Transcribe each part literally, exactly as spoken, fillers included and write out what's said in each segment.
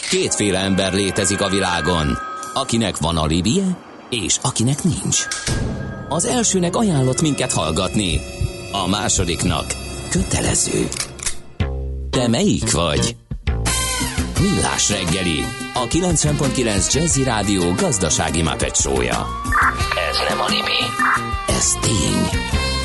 Kétféle ember létezik a világon, akinek van alibije, és akinek nincs. Az elsőnek ajánlott minket hallgatni, a másodiknak kötelező. Te melyik vagy? Millás reggeli, a kilencven pont kilenc Jazzy Rádió gazdasági Muppet show-ja. Ez nem anime, ez tény.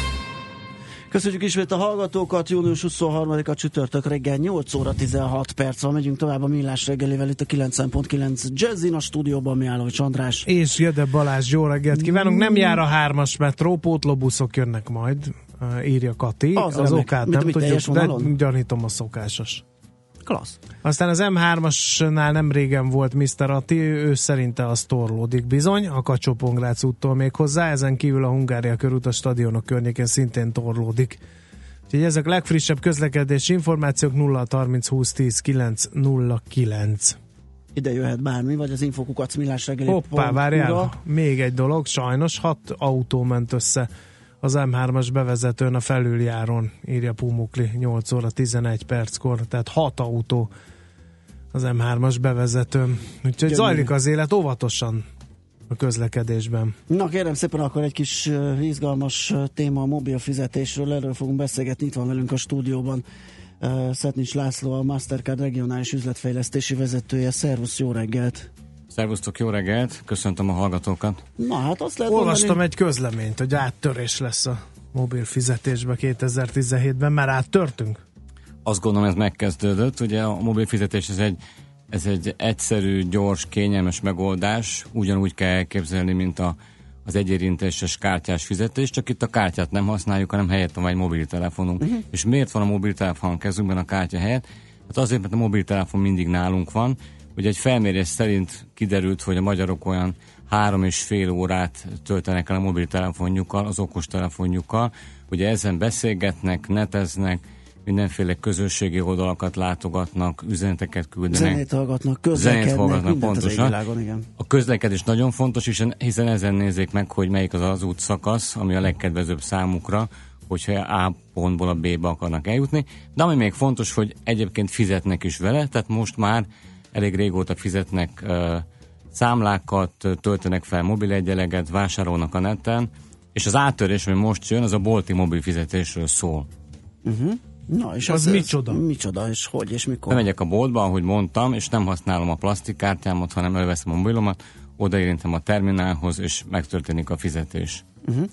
Köszönjük ismét a hallgatókat, június huszonharmadika csütörtök reggel nyolc óra tizenhat perc van, megyünk tovább a Millás reggelivel itt a kilencven pont kilenc Jazzin, a stúdióban Mihálovics András. És Gede Balázs, jó reggelt kívánunk, nem jár a hármas metró, pótlóbuszok jönnek majd, írja Kati, az, az okát nem mit, tudjuk, de gyanítom a szokásos. Klassz. Aztán az em hármasnál nem régen volt miszter Ati, ő szerinte az torlódik bizony, a Kacsó-Pongrác úttól még hozzá, ezen kívül a Hungária körút a stadionok környékén szintén torlódik. Úgyhogy ezek a legfrissebb közlekedési információk nulla harminc húsz tíz kilenc nulla kilenc. Ide jöhet bármi, vagy az infokukat millásreggeli. Hoppá, várjál, még egy dolog, sajnos hat autó ment össze az em hármas bevezetőn a felüljáron, írja Pumukli nyolc óra tizenegy perckor, tehát hat autó az em hármas bevezetőn. Úgyhogy Gyönyörű. Zajlik az élet óvatosan a közlekedésben. Na kérem szépen, akkor egy kis uh, izgalmas uh, téma a mobil fizetésről, erről fogunk beszélgetni, itt van velünk a stúdióban uh, Szetnics László, a Mastercard regionális üzletfejlesztési vezetője. Szervusz, jó reggelt! Szervusztok, jó reggelt, köszöntöm a hallgatókat. Na hát azt lehet Olvastam mondani, egy közleményt, hogy áttörés lesz a mobil fizetésbe kétezer-tizenhétben, mert áttörtünk? Azt gondolom, ez megkezdődött, ugye a mobil fizetés ez egy, ez egy egyszerű, gyors, kényelmes megoldás, ugyanúgy kell elképzelni, mint a, az egyérintéses kártyás fizetés, csak itt a kártyát nem használjuk, hanem helyett van egy mobiltelefonunk. Uh-huh. És miért van a mobiltelefon a kezünkben a kártya helyett? Hát azért, mert a mobiltelefon mindig nálunk van. Ugye egy felmérés szerint kiderült, hogy a magyarok olyan három és fél órát töltenek el a mobiltelefonjukkal, az okostelefonjukkal. Ugye ezen beszélgetnek, neteznek, mindenféle közösségi oldalakat látogatnak, üzeneteket küldenek. Zenét hallgatnak, közlekednek, hallgatnak, mindent pontosan. Az világon, igen. A közlekedés nagyon fontos, hiszen ezen nézzék meg, hogy melyik az az útszakasz, ami a legkedvezőbb számukra, hogyha A pontból a B-be akarnak eljutni. De ami még fontos, hogy egyébként fizetnek is vele, tehát most már elég régóta fizetnek uh, számlákat, töltenek fel mobilegyeleget, vásárolnak a neten, és az áttörés, ami most jön, az a bolti mobil fizetésről szól. Uh-huh. Na, és az ez, micsoda? Ez micsoda, és hogy, és mikor? Bemegyek a boltba, ahogy mondtam, és nem használom a plastikkártyámat, hanem előveszem a mobilomat, odaérintem a terminálhoz, és megtörténik a fizetés. Uh-huh.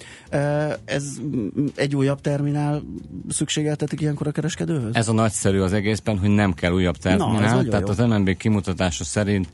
Ez egy újabb terminál szükségeltetik ilyenkor a kereskedőhöz? Ez a nagyszerű az egészben, hogy nem kell újabb terminál, Na, tehát jó. Az em en bé kimutatása szerint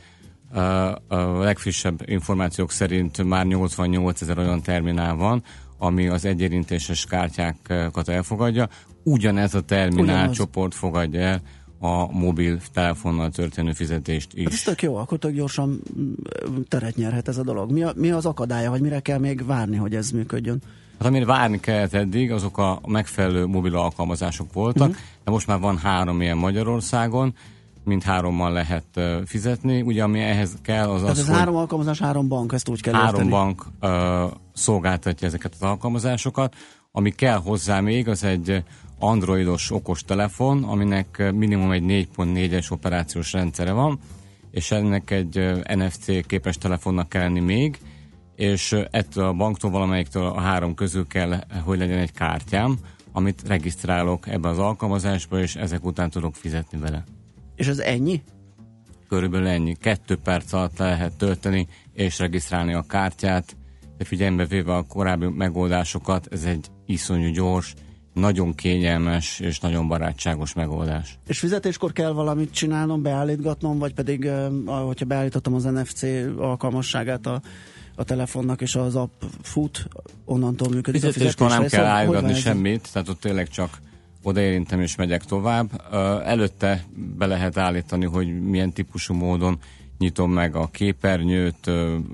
a legfrissebb információk szerint már nyolcvannyolcezer olyan terminál van, ami az egyérintéses kártyákat elfogadja. Ugyanez a terminál Ugyanaz. csoport fogadja el a mobil telefonnal történő fizetést is. Hát ez tök jó, akkor tök gyorsan teret nyerhet ez a dolog. Mi, a, mi az akadálya, vagy mire kell még várni, hogy ez működjön? Hát amire várni kellett eddig, azok a megfelelő mobil alkalmazások voltak, uh-huh. de most már van három ilyen Magyarországon, mind hárommal lehet uh, fizetni. Ugye ami ehhez kell, az Tehát az, ez hogy három alkalmazás, három bank, ezt úgy kell három érteni. bank uh, szolgáltatja ezeket az alkalmazásokat. Ami kell hozzá még, az egy androidos okostelefon, aminek minimum egy négy pont négyes operációs rendszere van, és ennek egy en ef cé képes telefonnak kell lenni még, és ettől a banktól valamelyiktől a három közül kell, hogy legyen egy kártyám, amit regisztrálok ebbe az alkalmazásba, és ezek után tudok fizetni vele. És ez ennyi? Körülbelül ennyi. Kettő perc alatt le lehet tölteni, és regisztrálni a kártyát, de figyelembe véve a korábbi megoldásokat, ez egy iszonyú gyors, nagyon kényelmes és nagyon barátságos megoldás. És fizetéskor kell valamit csinálnom, beállítgatnom, vagy pedig, hogyha beállítottam az en ef cé alkalmasságát a, a telefonnak, és az app fut, onnantól működik a fizetés? Fizetéskor nem kell állítgatni semmit, tehát ott tényleg csak odaérintem és megyek tovább. Előtte be lehet állítani, hogy milyen típusú módon nyitom meg a képernyőt,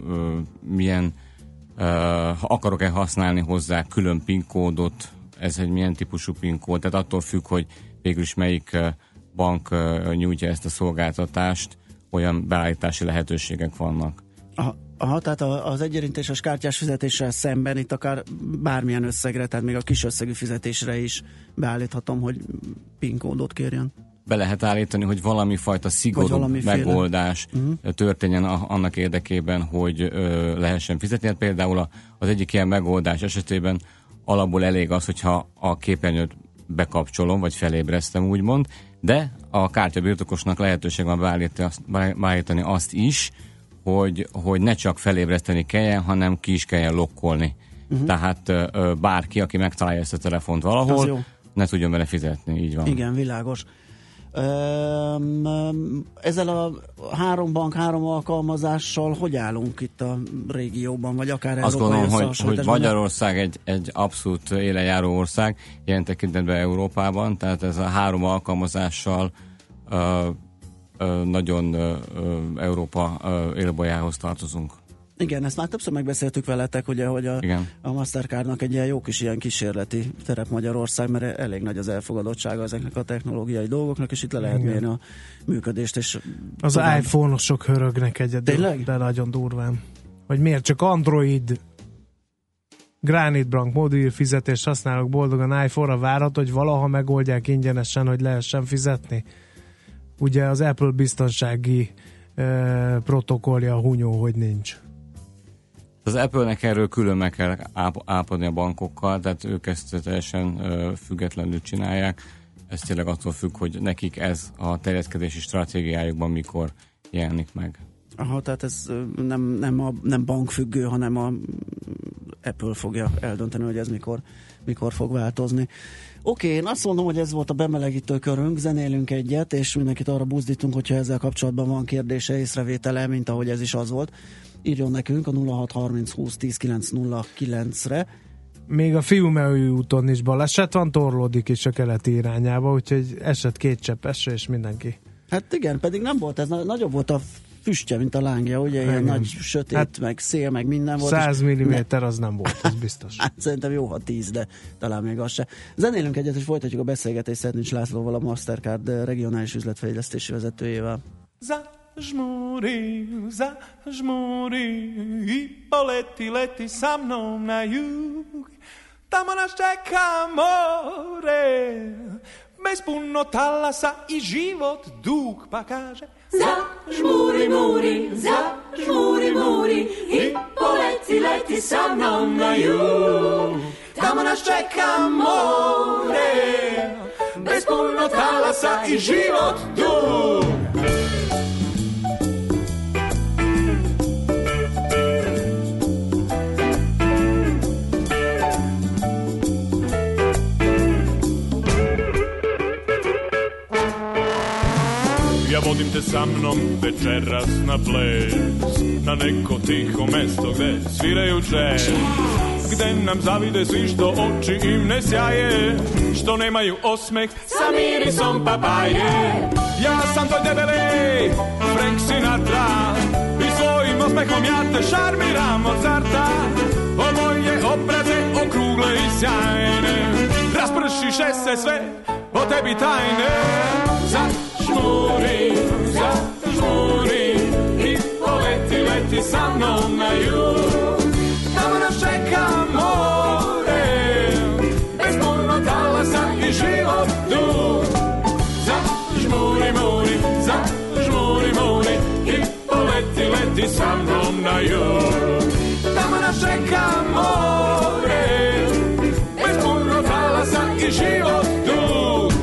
milyen akarok-e használni hozzá külön PIN kódot, ez egy milyen típusú PIN kód, tehát attól függ, hogy végül is melyik bank nyújtja ezt a szolgáltatást, olyan beállítási lehetőségek vannak. Aha, aha tehát az egyérintéses kártyás fizetéssel szemben itt akár bármilyen összegre, tehát még a kis összegű fizetésre is beállíthatom, hogy PIN kódot kérjen. be lehet állítani, hogy valami fajta szigorú megoldás uh-huh. történjen a, annak érdekében, hogy ö, lehessen fizetni. Hát például a, az egyik ilyen megoldás esetében alapból elég az, hogyha a képernyőt bekapcsolom, vagy felébresztem úgymond, de a kártya birtokosnak lehetőség van beállítani azt, beállítani azt is, hogy, hogy ne csak felébreszteni kelljen, hanem ki is kelljen lokkolni. Uh-huh. Tehát ö, bárki, aki megtalálja ezt a telefont valahol, ne tudjon vele fizetni, így van. Igen, világos. Ezzel a három bank, három alkalmazással hogy állunk itt a régióban, vagy akár Azt gondolom, hogy, hogy Magyarország egy, egy abszolút élenjáró ország, ilyen tekintetben Európában, tehát ez a három alkalmazással ö, ö, nagyon ö, Európa ö, élbolyához tartozunk. Igen, ezt már többször megbeszéltük veletek, ugye, hogy a, a Mastercardnak egy ilyen jó kis ilyen kísérleti terep Magyarország, mert elég nagy az elfogadottsága ezeknek a technológiai dolgoknak, és itt le lehet Igen. mérni a működést. És az tovább... iPhone-osok hörögnek egyedül, de nagyon durván. Hogy miért csak Android Granite Bank mobil fizetést használok boldogan iPhone-ra, várhat, hogy valaha megoldják ingyenesen, hogy lehessen fizetni. Ugye az Apple biztonsági eh, protokollja a hunyó, hogy nincs. Az Apple-nek erről külön meg kell áp- ápolni a bankokkal, tehát ők ezt teljesen ö, függetlenül csinálják. Ez tényleg attól függ, hogy nekik ez a terjeszkedési stratégiájukban mikor jelenik meg. Aha, tehát ez nem, nem, a, nem bankfüggő, hanem a Apple fogja eldönteni, hogy ez mikor, mikor fog változni. Oké, én azt mondom, hogy ez volt a bemelegítő körünk, zenélünk egyet, és mindenkit arra buzdítunk, hogyha ezzel kapcsolatban van kérdése, észrevétele, mint ahogy ez is az volt. Írjon nekünk a nulla hat harminc húsz tíz kilenc nulla kilencre. Még a Fiumei úton is baleset van, torlódik is a keleti irányába, úgyhogy esett két csepp eső, és mindenki. Hát igen, pedig nem volt ez, nagyobb volt a füstje, mint a lángja, ugye, ilyen nagy sötét, hát meg szél, meg minden volt. száz milliméter az nem volt, ez biztos. Hát szerintem jó, ha tíz, de talán még az se. Zenélünk egyet, és folytatjuk a beszélgetést Szednics Lászlóval, a Mastercard regionális üzletfejlesztési vezetőjével. Zažmúri, zažmúri i poleti, leti sa mnou na jug. Tam nás čaká more, bez puno talasa i život dúk, pa kaže. Zažmúri, múri, zažmúri, múri i poleti, leti sa mnou na jug. Tam nás čaká more, bez puno talasa i život dúk. Ja vodim te sa mnom večeras na ples, na neko tiho mesto gde sviraju džez, gde nam zavide svi što oči im ne sjaje, što nemaju osmeh sa mirisom papaje. Ja sam tvoj debeli Frank Sinatra i svojim osmehom ja te šarmiram od starta. O moje obraze okrugle i sjajne, raspršiše se sve o tebi tajne. Zažmuri, zažmuri i poleti, leti sa mnom na jug. Tamo nas čeka more, bez puno talasa i život dug. Zažmuri, muri, zažmuri, muri i poleti, leti sa mnom na jug. Tamo nas čeka more, bez puno talasa i život dug.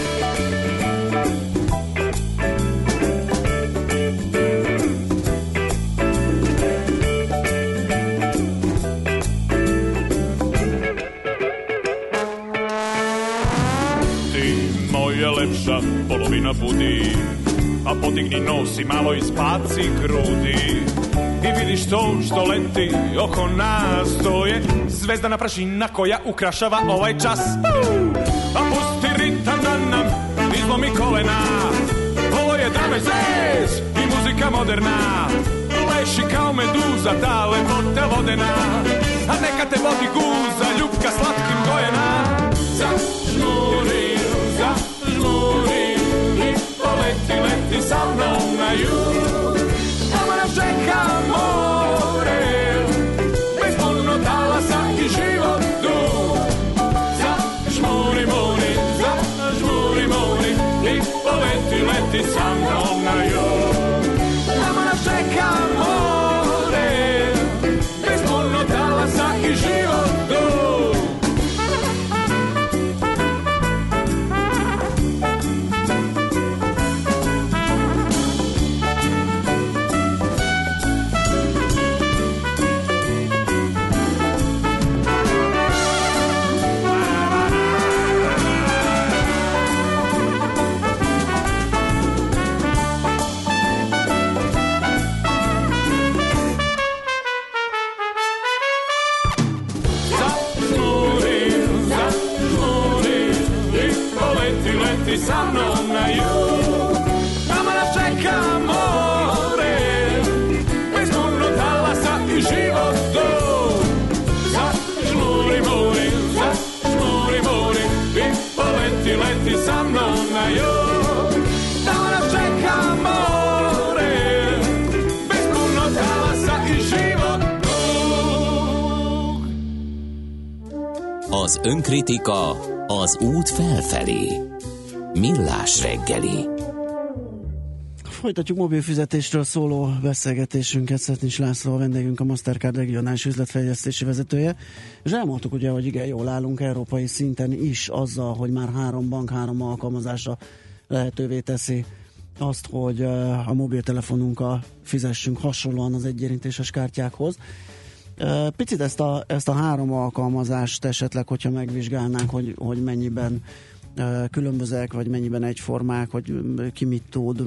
Lepša polovina budi, a podigni nos i malo ispaci grudi. I vidiš to što leti oko nas, to je zvezdana prašina koja ukrašava ovaj čas. A pusti ritam da nam izlomi kolena, ovo je drum and bass i muzika moderna. Leši kao meduza, ta lepota vodena, a neka te vodi guza, ljubka slatkim gojena. Zažmuri, zažmuri i poleti, leti sa mnom na jug. Tamo nas čeka more, bez puno talasa i život dug. Zažmuri, muri, zažmuri, muri i poleti. Az önkritika az út felfelé. Millás reggeli. Folytatjuk mobilfizetésről szóló beszélgetésünket. Szetnis László a vendégünk, a Mastercard regionális üzletfejlesztési vezetője, és elmondtuk ugye, hogy igen, jól állunk európai szinten is azzal, hogy már három bank, három alkalmazása lehetővé teszi azt, hogy a mobiltelefonunkkal fizessünk hasonlóan az egyérintéses kártyákhoz. Picit ezt a, ezt a három alkalmazást esetleg, hogyha megvizsgálnánk, hogy, hogy mennyiben különbözőek, vagy mennyiben egyformák, hogy ki mit tud,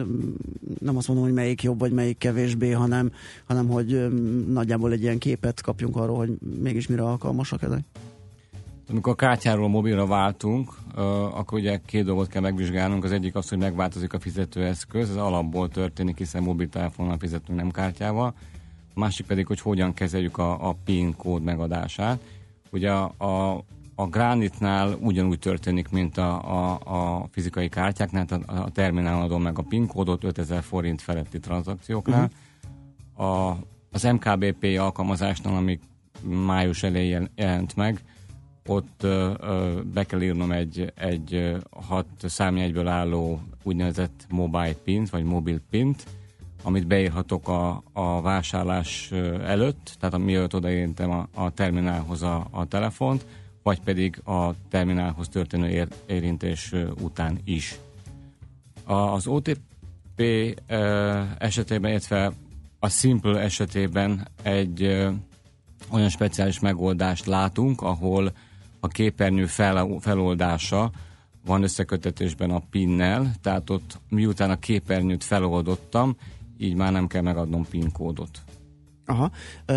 nem azt mondom, hogy melyik jobb, vagy melyik kevésbé, hanem, hanem hogy nagyjából egy ilyen képet kapjunk arról, hogy mégis mire alkalmasak ezek. Amikor a kártyáról mobilra váltunk, akkor ugye két dolgot kell megvizsgálnunk. Az egyik az, hogy megváltozik a fizetőeszköz, ez alapból történik, hiszen mobiltelefonnal fizetünk, nem kártyával. A másik pedig, hogy hogyan kezeljük a, a PIN kód megadását. Ugye a, a A Granite-nál ugyanúgy történik, mint a, a, a fizikai kártyáknál, tehát a, a terminálon adom meg a PIN kódot ötezer forint feletti tranzakcióknál. Uh-huh. A, az em ká bé pé alkalmazásnál, ami május elején jelent meg, ott ö, ö, be kell írnom egy, egy hat számjegyből álló úgynevezett mobile pint, vagy mobil pint, amit beírhatok a, a vásárlás előtt, tehát mielőtt odaérintem a, a terminálhoz a, a telefont, vagy pedig a terminálhoz történő ér, érintés után is. A, az o té pé uh, esetében, illetve a Simple esetében egy uh, olyan speciális megoldást látunk, ahol a képernyő fel, feloldása van összekötetésben a PIN-nel, tehát ott miután a képernyőt feloldottam, így már nem kell megadnom PIN kódot. Aha.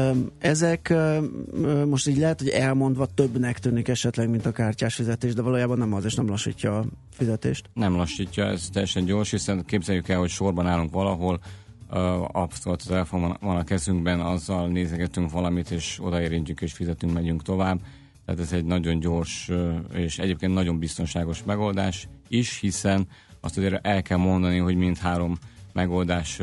Ezek most így lehet, hogy elmondva többnek tűnik esetleg, mint a kártyás fizetés, de valójában nem az, és nem lassítja a fizetést? Nem lassítja, ez teljesen gyors, hiszen képzeljük el, hogy sorban állunk valahol, abszolút a telefon van a kezünkben, azzal nézegetünk valamit, és odaérintjük, és fizetünk, megyünk tovább. Tehát ez egy nagyon gyors, és egyébként nagyon biztonságos megoldás is, hiszen azt azért el kell mondani, hogy mindhárom megoldás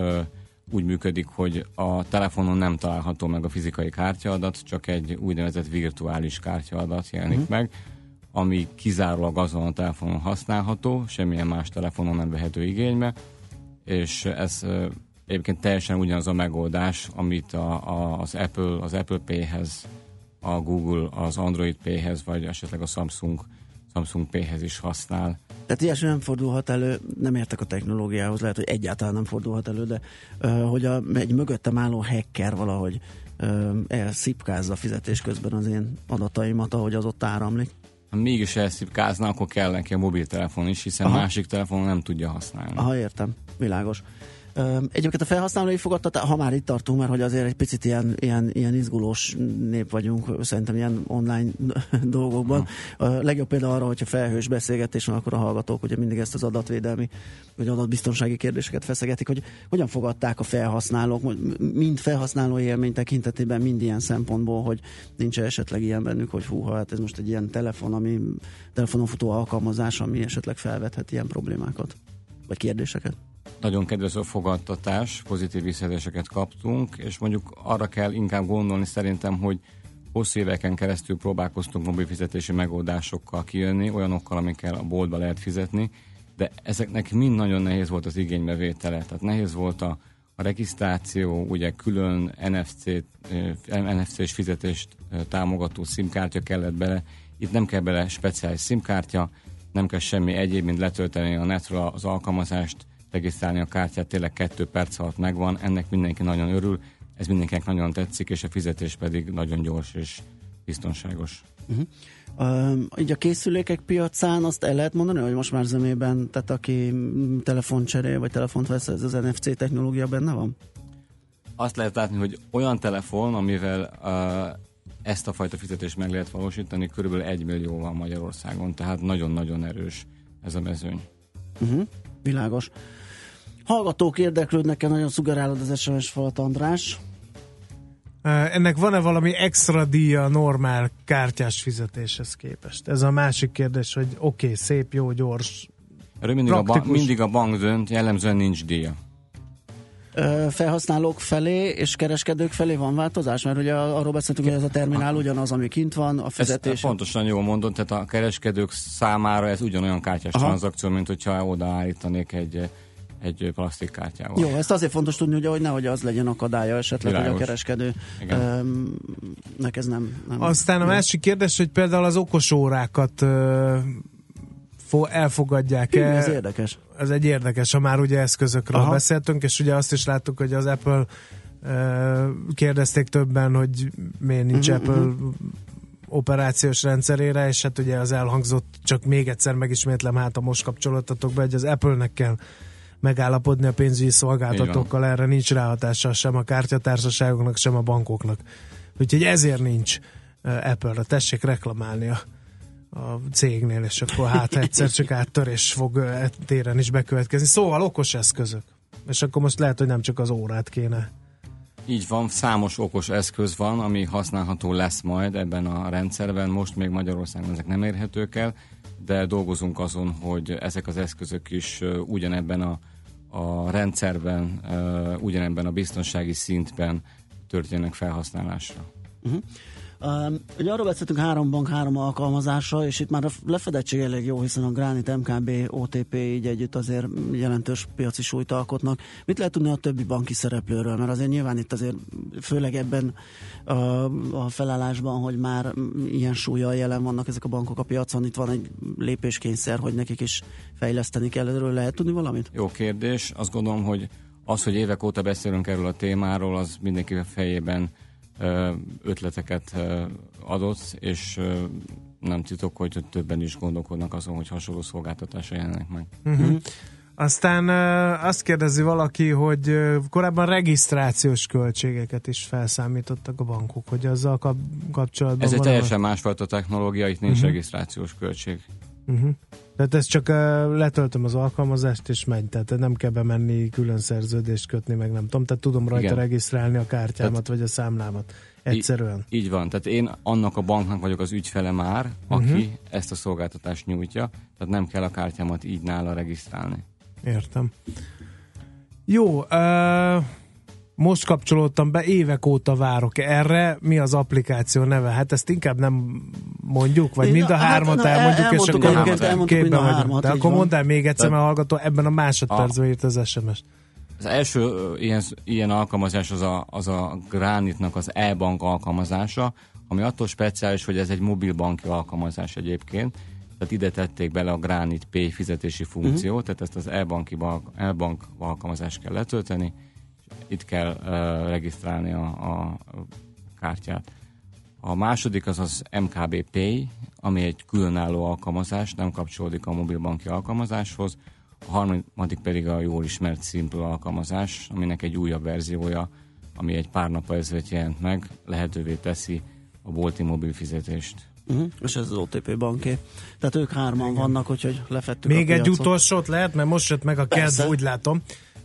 úgy működik, hogy a telefonon nem található meg a fizikai kártyaadat, csak egy úgynevezett virtuális kártyaadat jelenik uh-huh. meg, ami kizárólag azon a telefonon használható, semmilyen más telefonon nem vehető igénybe, és ez egyébként teljesen ugyanaz a megoldás, amit a, a, az Apple, az Apple Pay-hez, a Google, az Android Pay-hez, vagy esetleg a Samsung, Samsung Pay-hez is használ. Tehát ilyesmi nem fordulhat elő, nem értek a technológiához, lehet, hogy egyáltalán nem fordulhat elő, de uh, hogy a, egy mögöttem álló hacker valahogy uh, elszipkázza fizetés közben az én adataimat, ahogy az ott áramlik. Ha mégis elszipkázna, akkor kell neki a mobiltelefon is, hiszen Aha. másik telefonon nem tudja használni. Aha, értem. Világos. Egyébként a felhasználói fogadtatás, ha már itt tartunk, mert hogy azért egy picit ilyen, ilyen, ilyen izgulós nép vagyunk, szerintem ilyen online dolgokban. A legjobb példa arra, hogyha felhős beszélgetés van, akkor a hallgatók ugye mindig ezt az adatvédelmi, vagy adatbiztonsági kérdéseket feszegetik, hogy hogyan fogadták a felhasználók, mind felhasználói élmény tekintetében, mind ilyen szempontból, hogy nincs esetleg ilyen bennük, hogy húha, hát ez most egy ilyen telefon, ami telefonon futó alkalmazás, ami esetleg felvethet ilyen problémákat, vagy kérdéseket. Nagyon kedvező fogadtatás, pozitív visszajelzéseket kaptunk, és mondjuk arra kell inkább gondolni szerintem, hogy hosszú éveken keresztül próbálkoztunk mobilfizetési megoldásokkal kijönni, olyanokkal, amikkel a boltba lehet fizetni, de ezeknek mind nagyon nehéz volt az igénybevétele. Tehát nehéz volt a, a regisztráció, ugye külön en ef cé, en ef cés fizetést támogató SIM-kártya kellett bele. Itt nem kell bele speciális SIM-kártya, nem kell semmi egyéb, mint letölteni a netről az alkalmazást, regisztrálni a kártyát, tényleg kettő perc alatt megvan, ennek mindenki nagyon örül, ez mindenkinek nagyon tetszik, és a fizetés pedig nagyon gyors és biztonságos. Uh-huh. Uh, így a készülékek piacán azt el lehet mondani, hogy most már zömében, tehát aki telefont cserél, vagy telefont vesz, ez az en ef cé technológia benne van? Azt lehet látni, hogy olyan telefon, amivel uh, ezt a fajta fizetést meg lehet valósítani, körülbelül egy millió van Magyarországon, tehát nagyon-nagyon erős ez a mezőny. Uh-huh. Világos. Hallgatók érdeklődnek, nagyon szugerálod az es em es falat, András. Ennek van-e valami extra díja a normál kártyás fizetéshez képest? Ez a másik kérdés, hogy oké, okay, szép, jó, gyors, mindig a, bank, mindig a bank dönt, jellemzően nincs díja. felhasználók felé és kereskedők felé van változás? Mert ugye arról beszéltünk, hogy ez a terminál ugyanaz, ami kint van, a fizetés. Ez pontosan jól mondod, tehát a kereskedők számára ez ugyanolyan kártyás Aha. tranzakció, mint hogyha odaállítanék egy, egy plastikkártyával. Jó, ezt azért fontos tudni, ugye, hogy nehogy az legyen akadálya esetleg, Világos. hogy a kereskedő um, nek ez nem, nem... Aztán a jó. másik kérdés, hogy például az okos órákat uh, elfogadják-e? Hű, ez érdekes. Ez egy érdekes, ha már ugye eszközökről Aha. beszéltünk, és ugye azt is láttuk, hogy az Apple uh, kérdezték többen, hogy miért nincs uh-huh, Apple uh-huh. operációs rendszerére, és hát ugye az elhangzott, csak még egyszer megismétlem, hát ha most kapcsolódtatok be, hogy az Apple-nek kell megállapodni a pénzügyi szolgáltatókkal, erre nincs ráhatása sem a kártyatársaságoknak, sem a bankoknak. Úgyhogy ezért nincs uh, Apple-re. Tessék reklamálni a a cégnél, és akkor hát egyszer csak áttörés fog téren is bekövetkezni. Szóval okos eszközök. És akkor most lehet, hogy nem csak az órát kéne. Így van, számos okos eszköz van, ami használható lesz majd ebben a rendszerben. Most még Magyarországon ezek nem érhetők el, de dolgozunk azon, hogy ezek az eszközök is ugyanebben a, a rendszerben, ugyanebben a biztonsági szintben történnek felhasználásra. Uh-huh. Uh, ugye arról beszéltünk három bank, három alkalmazása, és itt már a lefedettség elég jó, hiszen a Granite, em ká bé, o té pé így együtt azért jelentős piaci súlyt alkotnak. Mit lehet tudni a többi banki szereplőről? Mert azért nyilván itt azért főleg ebben a, a felállásban, hogy már ilyen súllyal jelen vannak ezek a bankok a piacon, itt van egy lépéskényszer, hogy nekik is fejleszteni kell. Erről lehet tudni valamit? Jó kérdés. Azt gondolom, hogy az, hogy évek óta beszélünk erről a témáról, az mindenki fejében ötleteket adott, és nem titok, hogy többen is gondolkodnak azon, hogy hasonló szolgáltatásra jelennek meg. Uh-huh. Aztán azt kérdezi valaki, hogy korábban regisztrációs költségeket is felszámítottak a bankok, hogy azzal kap- kapcsolatban... Ez egy teljesen másfajta technológia, itt nincs uh-huh. regisztrációs költség. Uh-huh. Tehát ez csak uh, letöltöm az alkalmazást, és megy, tehát nem kell bemenni, külön szerződést kötni, meg nem tudom, tehát tudom rajta Igen. regisztrálni a kártyámat, tehát, vagy a számlámat. Egyszerűen. Így, így van, tehát én annak a banknak vagyok az ügyfele már, aki uh-huh. ezt a szolgáltatást nyújtja, tehát nem kell a kártyámat így nála regisztrálni. Értem. Jó, uh, most kapcsolódtam be, évek óta várok erre. Mi az applikáció neve? Hát ezt inkább nem mondjuk, vagy mind a hát, hármat na, elmondjuk, és akkor elmondtuk, képben vagyunk. De akkor mondd el még egyszer, mert a hallgató ebben a másodpercben írt az es em es-t. Az első ilyen, ilyen alkalmazás az a, az a Granite-nak az e-bank alkalmazása, ami attól speciális, hogy ez egy mobilbanki alkalmazás egyébként. Tehát ide tették bele a Granite Pay fizetési funkciót, uh-huh. tehát ezt az e-banki e-bank alkalmazást kell letölteni, és itt kell uh, regisztrálni a, a kártyát. A második az az em ká bé Pay, ami egy különálló alkalmazás, nem kapcsolódik a mobilbanki alkalmazáshoz. A harmadik pedig a jól ismert Simple alkalmazás, aminek egy újabb verziója, ami egy pár nappal ezelőtt jelent meg, lehetővé teszi a bolti mobil fizetést. Uh-huh. És ez az o té pé banké. Tehát ők hárman Igen. vannak, úgyhogy lefettük Még a egy utolsót lehet, mert most jött meg a kedv, úgy látom.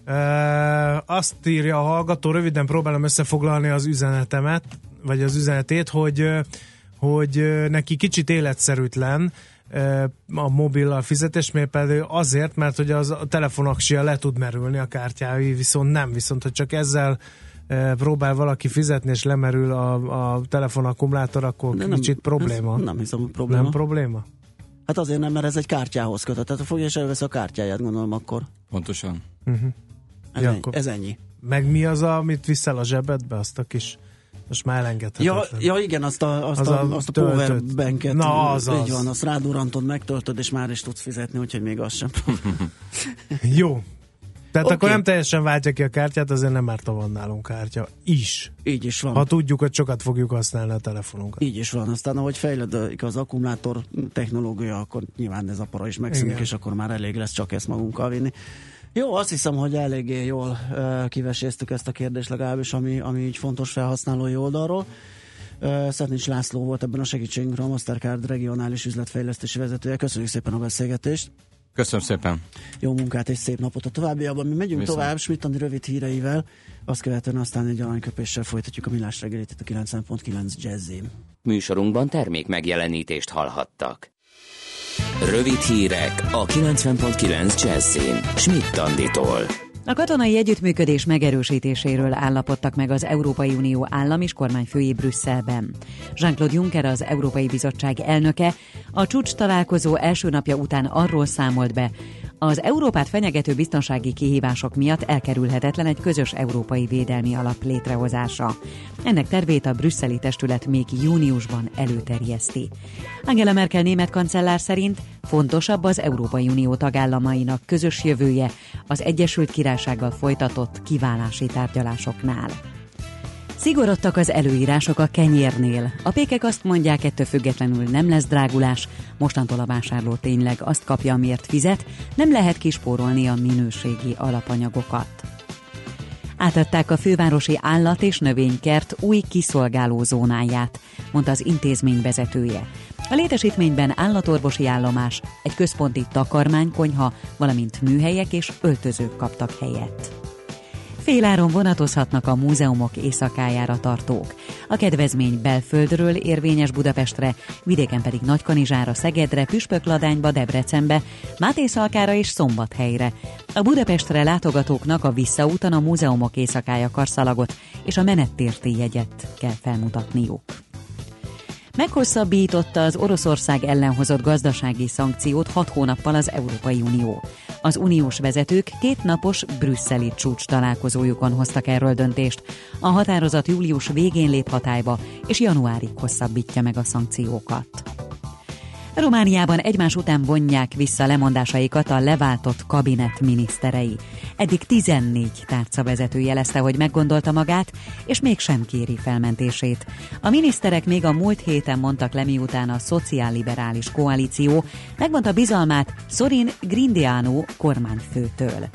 E, azt írja a hallgató, röviden próbálom összefoglalni az üzenetemet, vagy az üzenetét, hogy, hogy neki kicsit életszerűtlen a mobillal fizetés, miért pedig azért, mert hogy az a telefonaksia le tud merülni, a kártyái viszont nem, viszont hogy csak ezzel próbál valaki fizetni, és lemerül a, a telefon akkumulátor, akkor nem, kicsit probléma. Nem hiszem, hogy probléma. Nem probléma? Hát azért nem, mert ez egy kártyához kötött. Tehát fogja és elvesz a kártyáját, gondolom akkor. Pontosan. Uh-huh. Ez, ja, ennyi, ez ennyi. Meg mi az, amit viszel a zsebedbe? Azt a kis... Most már elengedhetetlen. Ja, ja igen, azt a, azt az a, a, azt a powerbanket. Na, az így az. van, azt rádurantod, megtöltöd, és már is tudsz fizetni, úgyhogy még az sem. Jó. Tehát okay. akkor nem teljesen váltja ki a kártyát, azért nem árt, van nálunk kártya. Is. Így is van. Ha tudjuk, hogy sokat fogjuk használni a telefonunkat. Így is van. Aztán ahogy fejlődik az akkumulátor technológia, akkor nyilván ez a para is megszűnik, igen. és akkor már elég lesz csak ezt magunkkal vinni. Jó, azt hiszem, hogy eléggé jól uh, kiveséztük ezt a kérdést, legalábbis, ami, ami így fontos felhasználói oldalról. Uh, Szetnics László volt ebben a segítségünkre, a Mastercard regionális üzletfejlesztési vezetője. Köszönjük szépen a beszélgetést. Köszönöm szépen. Jó munkát és szép napot a továbbiakban. Mi megyünk Viszont. tovább Schmidt-Andi rövid híreivel, azt követően aztán egy aranyköpéssel folytatjuk a Millás reggelit itt a kilencven pont kilenc Jazzin. Műsorunkban termék megjelenítést hallhattak. Rövid hírek a kilencven pont kilenc Jazzin Schmidt-Anditól. A katonai együttműködés megerősítéséről állapodtak meg az Európai Unió állam és kormányfői Brüsszelben. Jean-Claude Juncker, az Európai Bizottság elnöke, a csúcs találkozó első napja után arról számolt be, az Európát fenyegető biztonsági kihívások miatt elkerülhetetlen egy közös európai védelmi alap létrehozása. Ennek tervét a brüsszeli testület még júniusban előterjeszti. Angela Merkel német kancellár szerint fontosabb az Európai Unió tagállamainak közös jövője az Egyesült Királysággal folytatott kiválási tárgyalásoknál. Szigorodtak az előírások a kenyérnél. A pékek azt mondják, ettől függetlenül nem lesz drágulás, mostantól a vásárló tényleg azt kapja, amiért fizet, nem lehet kispórolni a minőségi alapanyagokat. Átadták a fővárosi állat- és növénykert új kiszolgáló zónáját, mondta az intézmény vezetője. A létesítményben állatorvosi állomás, egy központi takarmánykonyha, valamint műhelyek és öltözők kaptak helyet. Féláron vonatozhatnak a múzeumok éjszakájára tartók. A kedvezmény Belföldről érvényes Budapestre, vidéken pedig Nagykanizsára, Szegedre, Püspökladányba, Debrecenbe, Mátészalkára és Szombathelyre. A Budapestre látogatóknak a visszaúton a múzeumok éjszakája karszalagot és a menettérti jegyet kell felmutatniuk. Meghosszabbította az Oroszország ellen hozott gazdasági szankciót hat hónappal az Európai Unió. Az uniós vezetők két napos brüsszeli csúcs találkozójukon hoztak erről döntést. A határozat július végén lép hatályba, és januárig hosszabbítja meg a szankciókat. Romániában egymás után vonják vissza lemondásaikat a leváltott kabinet miniszterei. Eddig tizennégy tárcavezető jelezte, hogy meggondolta magát, és mégsem kéri felmentését. A miniszterek még a múlt héten mondtak le, miután a szociálliberális koalíció megmondta bizalmát Sorin Grindeanu kormányfőtől.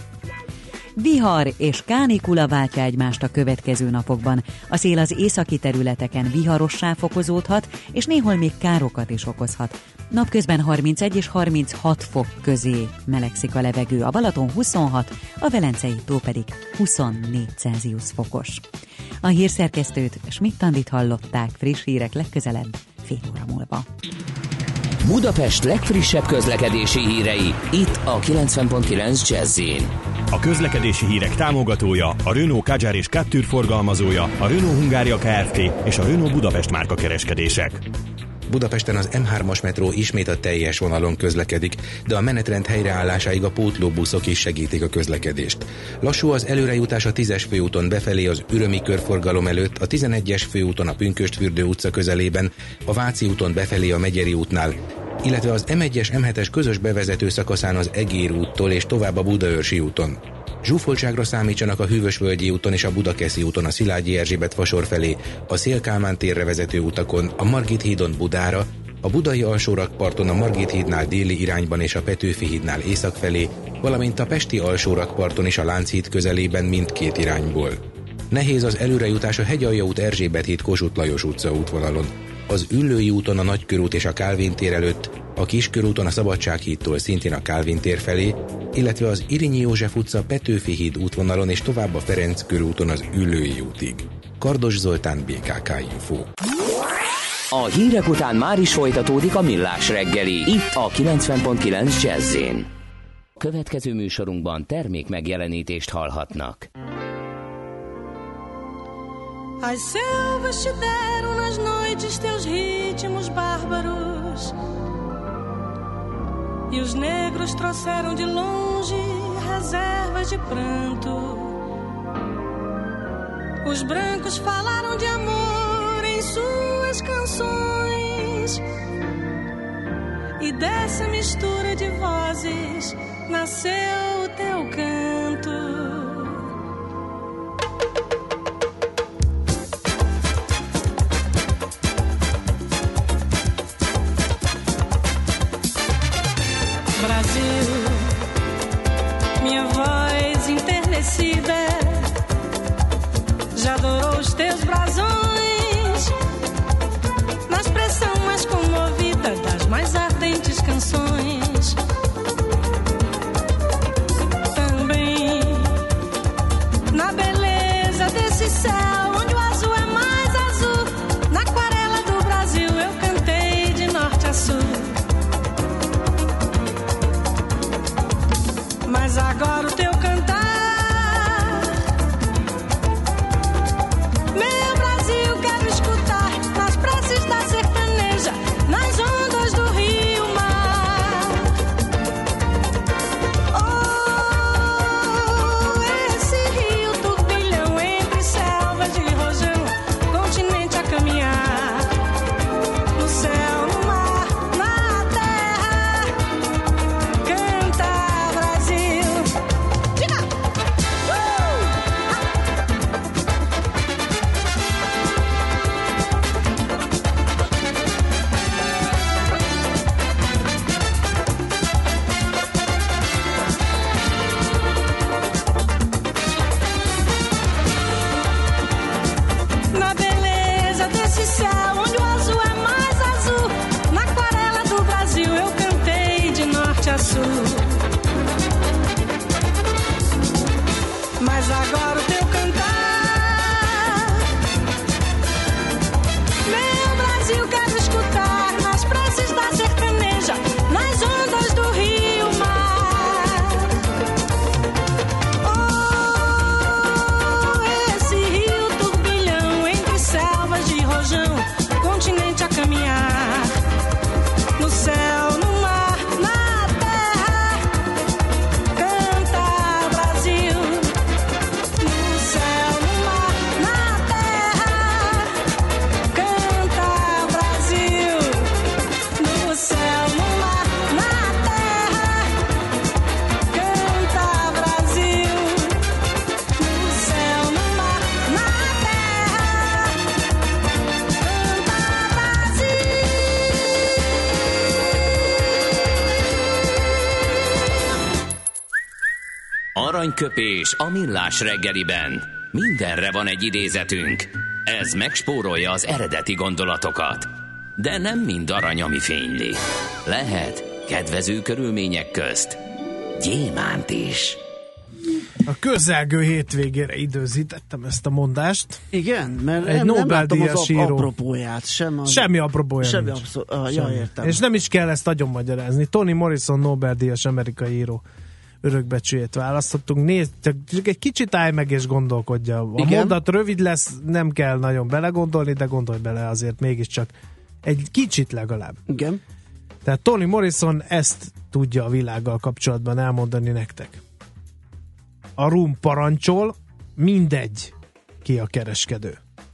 Vihar és kánikula váltja egymást a következő napokban. A szél az északi területeken viharossá fokozódhat, és néhol még károkat is okozhat. Napközben harmincegy és harminchat fok közé melegszik a levegő, a Balaton huszonhat, a Velencei tó pedig huszonnégy Celsius fokos. A hírszerkesztőt, Schmidt-Andit hallották, friss hírek legközelebb fél óra múlva. Budapest legfrissebb közlekedési hírei, itt a kilencven pont kilenc Jazz-in. A közlekedési hírek támogatója, a Renault Kadjar és Captur forgalmazója, a Renault Hungária Kft. És a Renault Budapest márka kereskedések. Budapesten az em hármas metró ismét a teljes vonalon közlekedik, de a menetrend helyreállásáig a pótlóbuszok is segítik a közlekedést. Lassú az előrejutás a tízes főúton befelé az Ürömi körforgalom előtt, a tizenegyes főúton a Pünkösdfürdő utca közelében, a Váci úton befelé a Megyeri útnál, illetve az em egyes em hetes közös bevezető szakaszán az Egér úttól és tovább a Budaörsi úton. Zsúfoltságra számítsanak a Hűvösvölgyi úton és a Budakeszi úton a Szilágyi Erzsébet fasor felé, a Széll-Kálmán térre vezető utakon, a Margit hídon Budára, a Budai alsórakparton a Margit hídnál déli irányban és a Petőfi hídnál észak felé, valamint a Pesti alsórakparton és a Lánchíd közelében mindkét irányból. Nehéz az előrejutás a Hegyalja út Erzsébet híd Kossuth Lajos utca útvonalon. Az Üllői úton a Nagykörút és a Kálvin tér előtt, a Kiskörúton a Szabadsághídtól szintén a Kálvin tér felé, illetve az Irinyi József utca Petőfi híd útvonalon és tovább a Ferenc körúton az Üllői útig. Kardos Zoltán, bé ká ká Info. A hírek után már is folytatódik a Millás reggeli, itt a kilencven pont kilenc Jazz-in. Következő műsorunkban termék megjelenítést hallhatnak. As selvas te deram nas noites teus ritmos bárbaros, e os negros trouxeram de longe reservas de pranto. Os brancos falaram de amor em suas canções, e dessa mistura de vozes nasceu o teu canto. Brasil, minha voz enternecida já adorou os teus brasões, na expressão mais comovida das mais ardentes canções. Também na beleza desse céu onde o azul é mais azul, na aquarela do Brasil eu cantei de norte a sul. Mas agora o teu cantar agora o teu cantar. Meu Brasil, quero escutar nas preces da sertaneja, nas ondas do rio mar. Oh, esse rio turbilhão entre selvas de rojão, continente a caminhar, no céu, no mar, na terra, canta Brasil. No céu, no mar, na terra, canta Brasil. No céu, no mar, na terra, canta Brasil. No céu, no mar, na terra, canta Brasil. Aranyköpés a millás reggeliben. Mindenre van egy idézetünk. Ez megspórolja az eredeti gondolatokat. De nem mind arany, ami fényli. Lehet kedvező körülmények közt gyémánt is. A közelgő hétvégére időzítettem ezt a mondást. Igen, mert Egy nem, nem láttam Nobel-díjas az író. apropóját. Sem az, Semmi apropója semmi nincs. abszol- ah, ja, Semmi. értem. És nem is kell ezt nagyon magyarázni. Toni Morrison Nobel-díjas amerikai író örökbecsüjét választottunk. Nézd, csak egy kicsit állj meg és gondolkodja. A Igen? mondat rövid lesz, nem kell nagyon belegondolni, de gondolj bele azért mégiscsak egy kicsit legalább. Igen. Tehát Toni Morrison ezt tudja a világgal kapcsolatban elmondani nektek. A rum parancsol, mindegy, ki a kereskedő.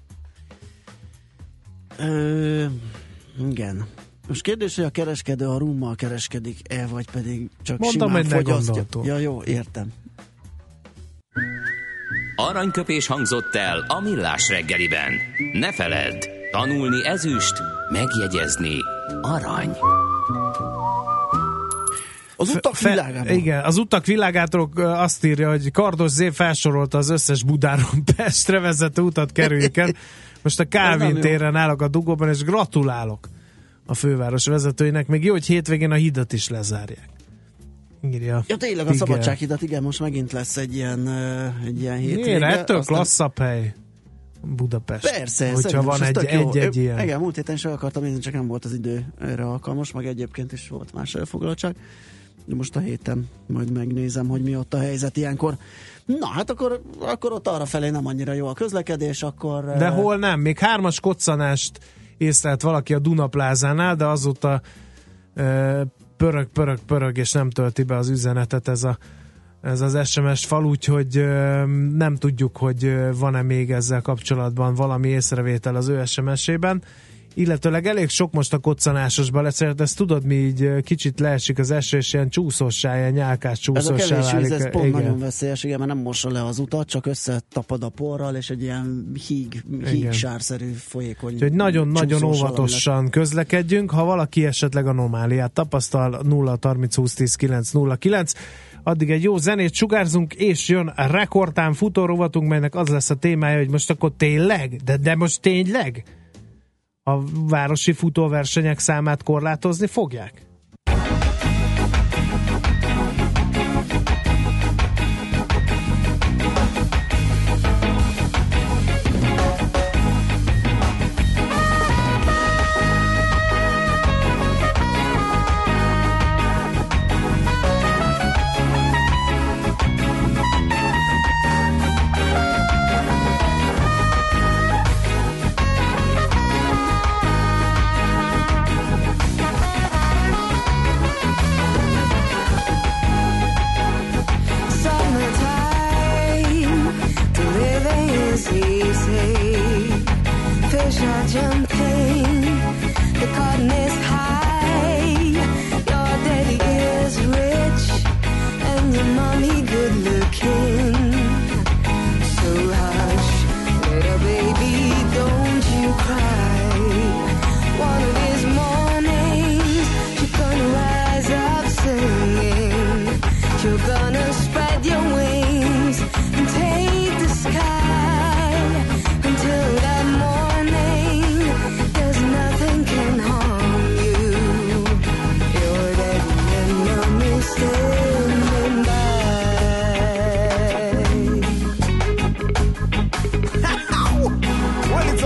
Ö, igen. Most kérdés, hogy a kereskedő a rummal kereskedik-e, vagy pedig csak Mondtam, simán hogy ne fogyasztja. gondoltul. Ja, jó, értem. Aranyköpés hangzott el a millás reggeliben. Ne feledd, tanulni ezüst, megjegyezni arany. Az utak Fe- világában. Igen, az utak világától azt írja, hogy Kardos Zé felsorolta az összes Budáról Pestre vezető utat, kerüljük el. Most a Kálvin téren állok a dugóban, és gratulálok a főváros vezetőinek. Még jó, hogy hétvégén a hidat is lezárják. Írja. Ja, tényleg a Igen. Szabadsághidat, igen, most megint lesz egy ilyen, uh, egy ilyen hétvége. Miért? Ettől Aztán- klasszabb hely Budapest. Persze, hogyha szerintem van is ez egy, tök jó. egy, egy ilyen. Igen, múlt héten is el akartam nézni, csak nem volt az idő erre alkalmas, meg egyébként is volt más elfoglaltság. De most a héten majd megnézem, hogy mi ott a helyzet ilyenkor. Na, hát akkor, akkor ott arra felé nem annyira jó a közlekedés, akkor... De hol nem? Még hármas koccanást észlelt valaki a Dunaplázánál, de azóta e, pörög, pörög, pörög, és nem tölti be az üzenetet ez, a, ez az es em es fal, úgyhogy e, nem tudjuk, hogy van-e még ezzel kapcsolatban valami észrevétel az ő es em es-ében. Illetőleg elég sok most a koccanásos baleset, ezt tudod, mi így kicsit leesik az eső, és ilyen csúszossá, ilyen nyálkás Ez a csúszossá kevés víz, ez válik. pont Igen. nagyon veszélyes, igen, mert nem mossa le az utat, csak összetapad a porral, és egy ilyen híg, híg sárszerű folyékony. Úgyhogy nagyon-nagyon csúszós valami óvatosan közlekedjünk. Ha valaki esetleg anomáliát tapasztal, nulla harminc húsz tíz kilenc nulla kilenc. Addig egy jó zenét sugárzunk, és jön a rekordtán futórovatunk, melynek az lesz a témája, hogy most akkor tényleg, de, de most tényleg a városi futóversenyek számát korlátozni fogják?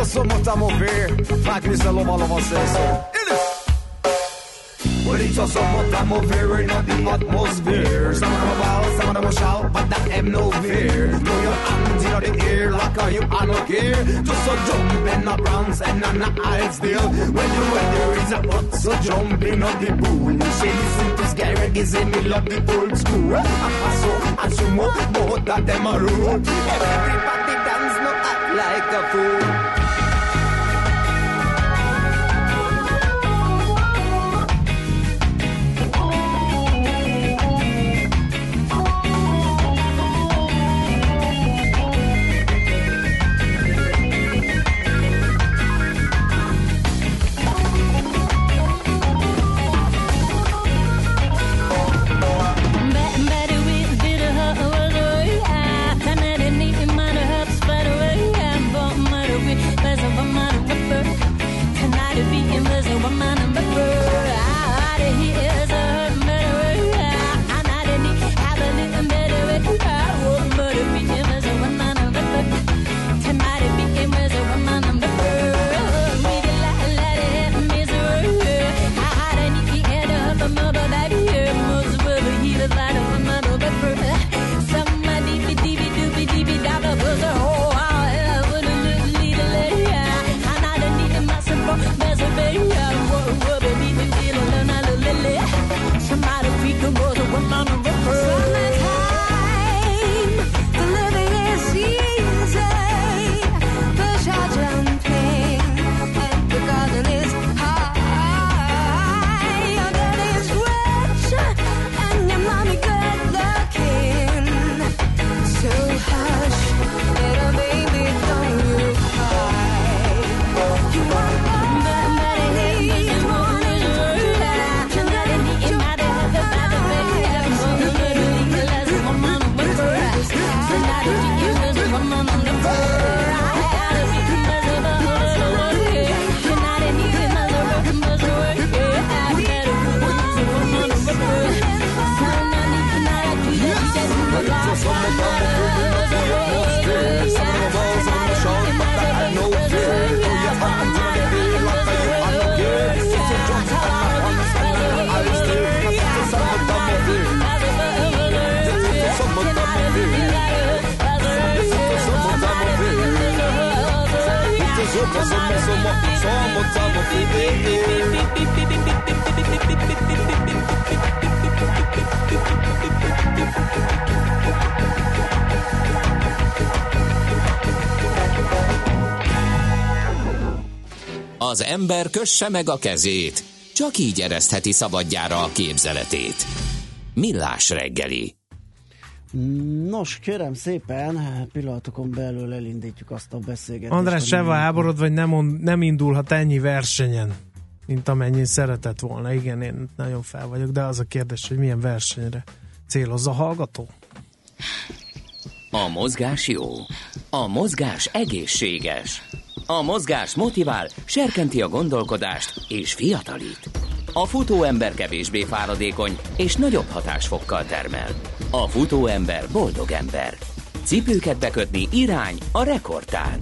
sommat a mover. Like Mister Loma Loma says so. Well, it's just somewhat a mover in the atmosphere. Some of them bow, some of them shout, but that have no fear. Throw your hands in the air like a you are no care. Just so jump in the bronze and on the aisle still. When the weather is a hot, so jump in on the pool. She listen to scary, is in the love the old school. So, as you move, both of them are rule. Everybody dance, no act like a fool. Az ember kösse meg a kezét, csak így eresztheti szabadjára a képzeletét. Millás reggeli. Nos, kérem szépen, pillanatokon belül elindítjuk azt a beszélgetést. András Seva háborod, vagy nem, on, nem indulhat ennyi versenyen, mint amennyi szeretett volna. Igen, én nagyon fel vagyok, de az a kérdés, hogy milyen versenyre céloz a hallgató? A mozgás jó. A mozgás egészséges. A mozgás motivál, serkenti a gondolkodást és fiatalít. A futóember kevésbé fáradékony és nagyobb hatásfokkal termel. A futóember boldog ember. Cipőket bekötni irány a rekordtán.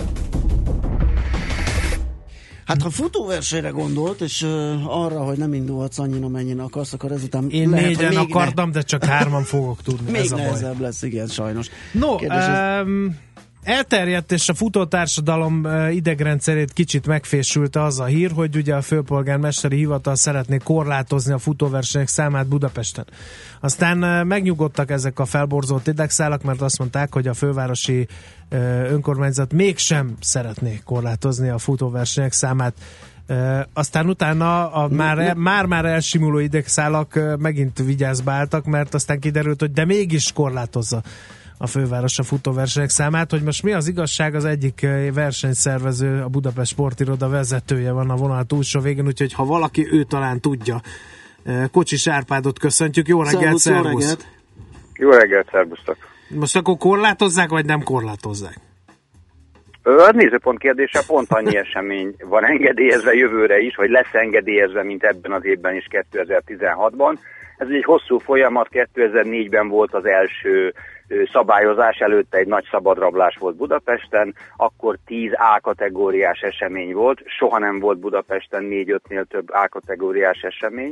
Hát ha futóversenyre gondolt, és uh, arra, hogy nem indulhatsz annyira, amennyire akarsz, akkor ezután én lehet, négyen még akartam, ne... de csak hárman fogok tudni. Még ez a nehezebb baj. lesz, igen, sajnos. No, Kérdés, um, elterjedt, és a futótársadalom idegrendszerét kicsit megfésülte az a hír, hogy ugye a főpolgármesteri hivatal szeretné korlátozni a futóversenyek számát Budapesten. Aztán megnyugodtak ezek a felborzolt idegszálak, mert azt mondták, hogy a fővárosi önkormányzat mégsem szeretné korlátozni a futóversenyek számát. Aztán utána a már, már, már elsimuló idegszálak megint vigyázba álltak, mert aztán kiderült, hogy de mégis korlátozza a főváros a futóversenyek számát. Hogy most mi az igazság, az egyik versenyszervező, a Budapest Sportiroda vezetője van a vonal túlsó végén, úgyhogy ha valaki, ő talán tudja. Kocsis Árpádot köszöntjük. Jó reggelt, szervusz! Jó reggelt, szervusztok! Most akkor korlátozzák, vagy nem korlátozzák? A nézőpont kérdése, pont annyi esemény van engedélyezve jövőre is, vagy lesz engedélyezve, mint ebben az évben is kétezer-tizenhatban. Ez egy hosszú folyamat, kétezer-négyben volt az első szabályozás, előtte egy nagy szabadrablás volt Budapesten, akkor tíz A-kategóriás esemény volt, soha nem volt Budapesten négy-ötnél több A-kategóriás esemény.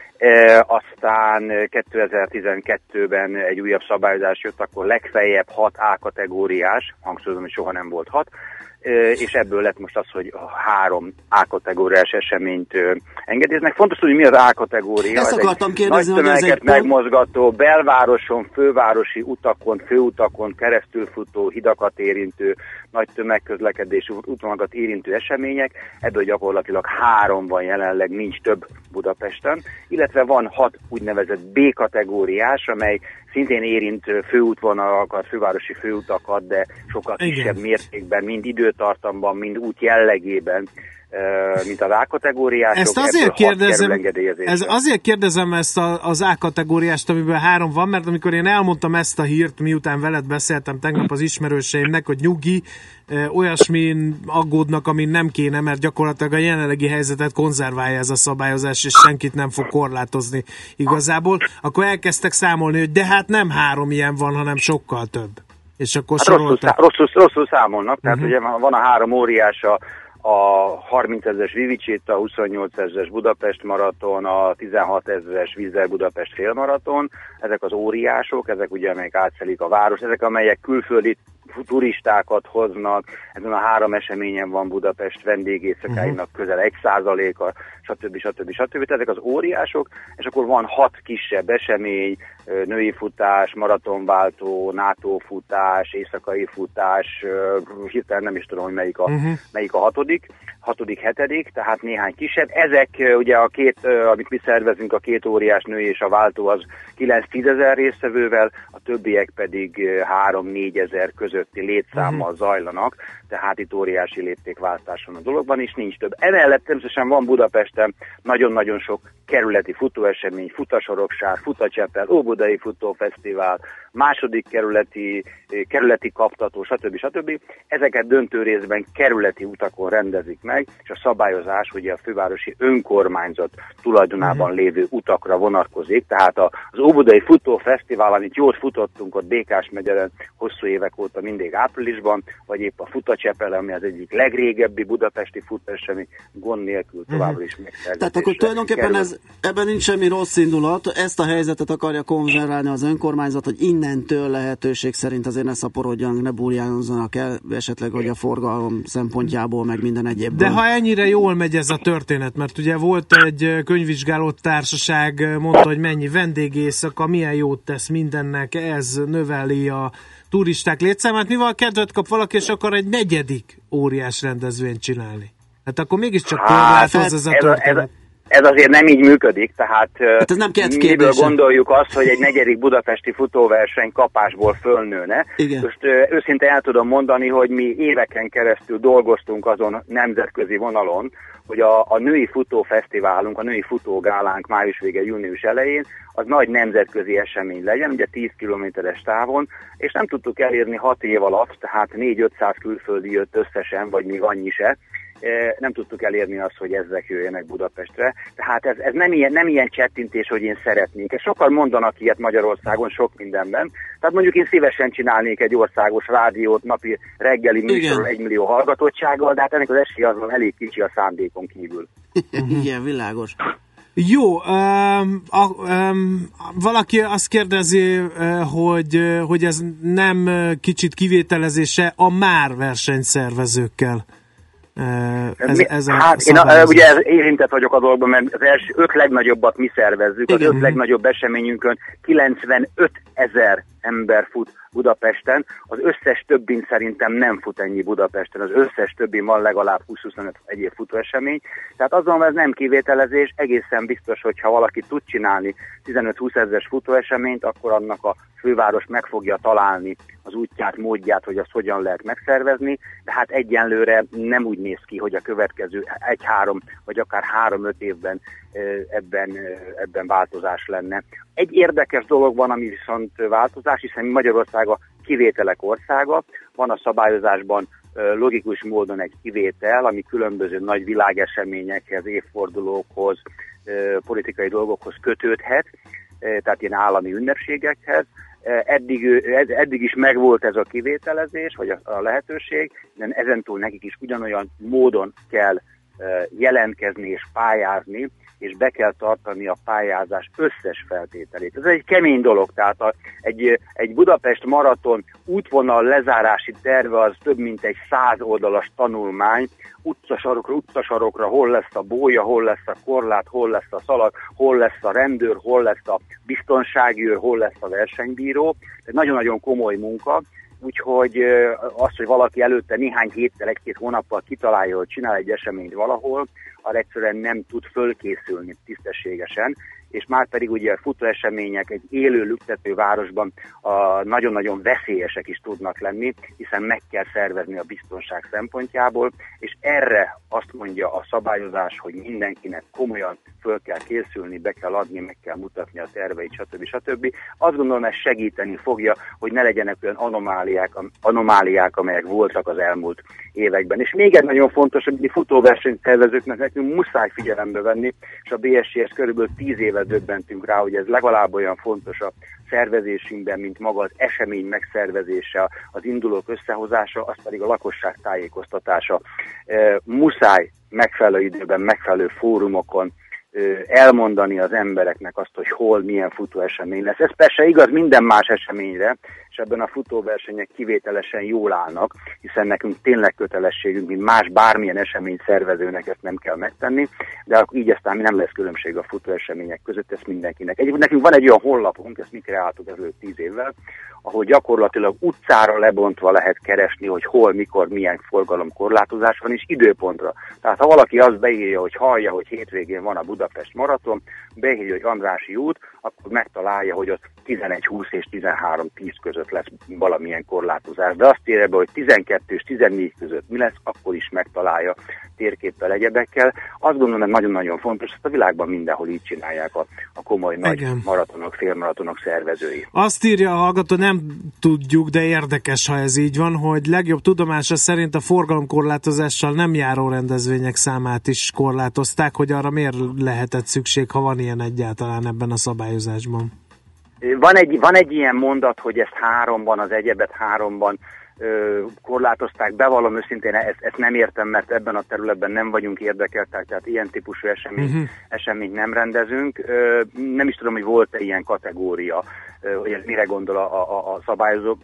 E, aztán kétezer-tizenkettőben egy újabb szabályozás jött, akkor legfeljebb hat A-kategóriás, hangsúlyozom, hogy soha nem volt hat, és ebből lett most az, hogy három A-kategóriás eseményt engedélyeznek. Fontos tudni, mi az A-kategória. Ezt akartam kérdezni, hogy ez egy megmozgató, belvároson, fővárosi utakon, főutakon keresztülfutó, hidakat érintő, nagy tömegközlekedésű útvonalakat érintő események. Ebből gyakorlatilag három van jelenleg, nincs több Budapesten, illetve van hat úgynevezett B-kategóriás, amely szintén érint főútvonalakat, fővárosi főutakat, de sokkal kisebb mértékben, mind időtartamban, mind út jellegében, mint az A-kategóriások. Ezt azért kérdezem, ez azért kérdezem ezt a, az A-kategóriást, amiben három van, mert amikor én elmondtam ezt a hírt, miután veled beszéltem tegnap az ismerőseimnek, hogy nyugi, olyasmin aggódnak, amin nem kéne, mert gyakorlatilag a jelenlegi helyzetet konzerválja ez a szabályozás, és senkit nem fog korlátozni igazából, akkor elkezdtek számolni, hogy de hát nem három ilyen van, hanem sokkal több. És akkor hát rosszul, szá- rosszul, rosszul számolnak, tehát uh-huh. ugye van a három óriása, a harmincezres Vivicséta, a huszonnyolcezres Budapest maraton, a tizenhatezres Vízzel Budapest félmaraton, ezek az óriások, ezek ugye, amelyek átszelik a város, ezek amelyek külföldi turistákat hoznak, ezen a három eseményen van Budapest vendégészakáinak közel egy százaléka, stb. stb. stb. Ezek az óriások, és akkor van hat kisebb esemény, női futás, maratonváltó, NATO futás, éjszakai futás, hirtelen nem is tudom, hogy melyik a, uh-huh. melyik a hatodik, hatodik, hetedik, tehát néhány kisebb. Ezek ugye a két, amit mi szervezünk, a két óriás női és a váltó az kilenc-tízezer résztvevővel, a többiek pedig három-négy ezer közötti létszámmal uh-huh. zajlanak, tehát itt óriási léptékváltás van a dologban, és nincs több. Emellett természetesen van Budapesten nagyon-nagyon sok kerületi futóesemény, Futasorokság, Futacsepel, Óbudai Futófesztivál, második kerületi, kerületi kaptató, stb. stb. Ezeket döntő részben kerületi utakon rendezik meg, és a szabályozás ugye a fővárosi önkormányzat tulajdonában uh-huh. lévő utakra vonatkozik, tehát az Óbudai Futófesztivál, amit jót futottunk ott Békás megyeren hosszú évek óta mindig áprilisban, vagy épp a Futacsepel, ami az egyik legrégebbi budapesti futóesemény, gond nélkül továbbra is megszervezésre. Tehát akkor tulajdonképpen ez, ebben nincs semmi rossz indulat, ezt a helyzetet akarja konzerválni az önkormányzat, hogy innentől lehetőség szerint azért ne szaporodjanak, ne burjánozzanak el, esetleg, hogy a forgalom szempontjából, meg minden egyébből. De ha ennyire jól megy ez a történet, mert ugye volt egy könyvvizsgáló társaság, mondta, hogy mennyi vendégészaka, milyen jót tesz mindennek, ez növeli a turisták létszámát, mivel kedvet kap valaki, és akar egy negyedik óriás rendezvényt csinálni. Hát akkor mégiscsak korlátoz hát, ez a történet. Ez, ez azért nem így működik, tehát hát ez nem miből gondoljuk azt, hogy egy negyedik budapesti futóverseny kapásból fölnőne. Igen. Most őszintén el tudom mondani, hogy mi éveken keresztül dolgoztunk azon nemzetközi vonalon, hogy a, a női futófesztiválunk, a női futógálánk május vége, június elején, az nagy nemzetközi esemény legyen, ugye tíz kilométeres távon, és nem tudtuk elérni hat év alatt, tehát négy-ötszáz külföldi jött összesen, vagy még annyi se, nem tudtuk elérni azt, hogy ezek jöjjenek Budapestre. Tehát ez, ez nem, ilyen, nem ilyen csettintés, hogy én szeretnék. És sokan mondanak ilyet Magyarországon sok mindenben. Tehát mondjuk én szívesen csinálnék egy országos rádiót, napi reggeli műsorról egy millió hallgatottsággal, de hát ennek az esély azon elég kicsi a szándékon kívül. Igen, világos. Jó, um, um, valaki azt kérdezi, hogy, hogy ez nem kicsit kivételezése a már versenyszervezőkkel. Ez, ez a hát én a, ugye ez érintett vagyok a dologban, mert az első öt legnagyobbat mi szervezzük. Igen. Az öt legnagyobb eseményünkön kilencvenöt ezer ember fut Budapesten, az összes többin szerintem nem fut ennyi Budapesten, az összes többin van legalább húsz-huszonöt egyéb futóesemény. Tehát azon ez nem kivételezés, egészen biztos, hogy ha valaki tud csinálni tizenöt-húsz ezeres futóeseményt, akkor annak a főváros meg fogja találni az útját, módját, hogy azt hogyan lehet megszervezni, de hát egyenlőre nem úgy néz ki, hogy a következő egy-három, vagy akár három-öt évben ebben, ebben változás lenne. Egy érdekes dolog van, ami viszont változás, hiszen Magyarország a kivételek országa, van a szabályozásban logikus módon egy kivétel, ami különböző nagy világeseményekhez, évfordulókhoz, politikai dolgokhoz kötődhet. tehát ilyen állami ünnepségekhez. Eddig, eddig is megvolt ez a kivételezés, vagy a, a lehetőség, de ezentúl nekik is ugyanolyan módon kell jelentkezni és pályázni, és be kell tartani a pályázás összes feltételét. Ez egy kemény dolog, tehát a, egy, egy Budapest maraton útvonal lezárási terve az több mint egy száz oldalas tanulmány, utcasarokra, utcasarokra, hol lesz a bója, hol lesz a korlát, hol lesz a szalag, hol lesz a rendőr, hol lesz a biztonsági őr, hol lesz a versenybíró. Ez nagyon-nagyon komoly munka, úgyhogy az, hogy valaki előtte néhány héttel, egy-két hónappal kitalálja, hogy csinál egy eseményt valahol, arra egyszerűen nem tud fölkészülni tisztességesen, és már pedig ugye a futóesemények egy élő lüktető városban a nagyon-nagyon veszélyesek is tudnak lenni, hiszen meg kell szervezni a biztonság szempontjából, és erre azt mondja a szabályozás, hogy mindenkinek komolyan föl kell készülni, be kell adni, meg kell mutatni a terveit, stb. stb. Azt gondolom, ez segíteni fogja, hogy ne legyenek olyan anomáliák, anomáliák, amelyek voltak az elmúlt években. És még egy nagyon fontos, hogy futóversenyszervezőknek nekünk muszáj figyelembe venni, és a bé es cé-hez körülbelül tíz éve döbbentünk rá, hogy ez legalább olyan fontos a szervezésünkben, mint maga az esemény megszervezése, az indulók összehozása, az pedig a lakosság tájékoztatása. E, muszáj megfelelő időben, megfelelő fórumokon e, elmondani az embereknek azt, hogy hol, milyen futóesemény lesz. Ez persze igaz minden más eseményre, és ebben a futóversenyek kivételesen jól állnak, hiszen nekünk tényleg kötelességünk, mint más bármilyen esemény szervezőnek ezt nem kell megtenni, de így aztán nem lesz különbség a futóesemények között, ez mindenkinek. Egyébként nekünk van egy olyan honlapunk, ezt mi kreáltuk ezelőtt tíz évvel, ahol gyakorlatilag utcára lebontva lehet keresni, hogy hol, mikor, milyen forgalomkorlátozás van, és időpontra. Tehát ha valaki azt beírja, hogy hallja, hogy hétvégén van a Budapest maraton, beírja, hogy Andrássy út, akkor megtalálja, hogy ott tizenegy húsz és tizenhárom tíz között lesz valamilyen korlátozás. De azt írja be, hogy tizenkettő és tizennégy között mi lesz, akkor is megtalálja térképpel, egyebekkel. Azt gondolom, hogy nagyon-nagyon fontos, ezt a világban mindenhol így csinálják a, a komoly nagy Igen. maratonok, félmaratonok szervezői. Azt írja a hallgató, nem tudjuk, de érdekes, ha ez így van, hogy legjobb tudomása szerint a forgalomkorlátozással nem járó rendezvények számát is korlátozták, hogy arra miért lehetett szükség, ha van ilyen egyáltalán ebben a szabályozásban? Van egy, van egy ilyen mondat, hogy ezt háromban, az egyebet háromban ö, korlátozták, bevallom őszintén, ezt, ezt nem értem, mert ebben a területben nem vagyunk érdekeltek, tehát ilyen típusú esemény, uh-huh. eseményt nem rendezünk. Ö, nem is tudom, hogy volt-e ilyen kategória, ö, hogy ez mire gondol a, a, a szabályozó.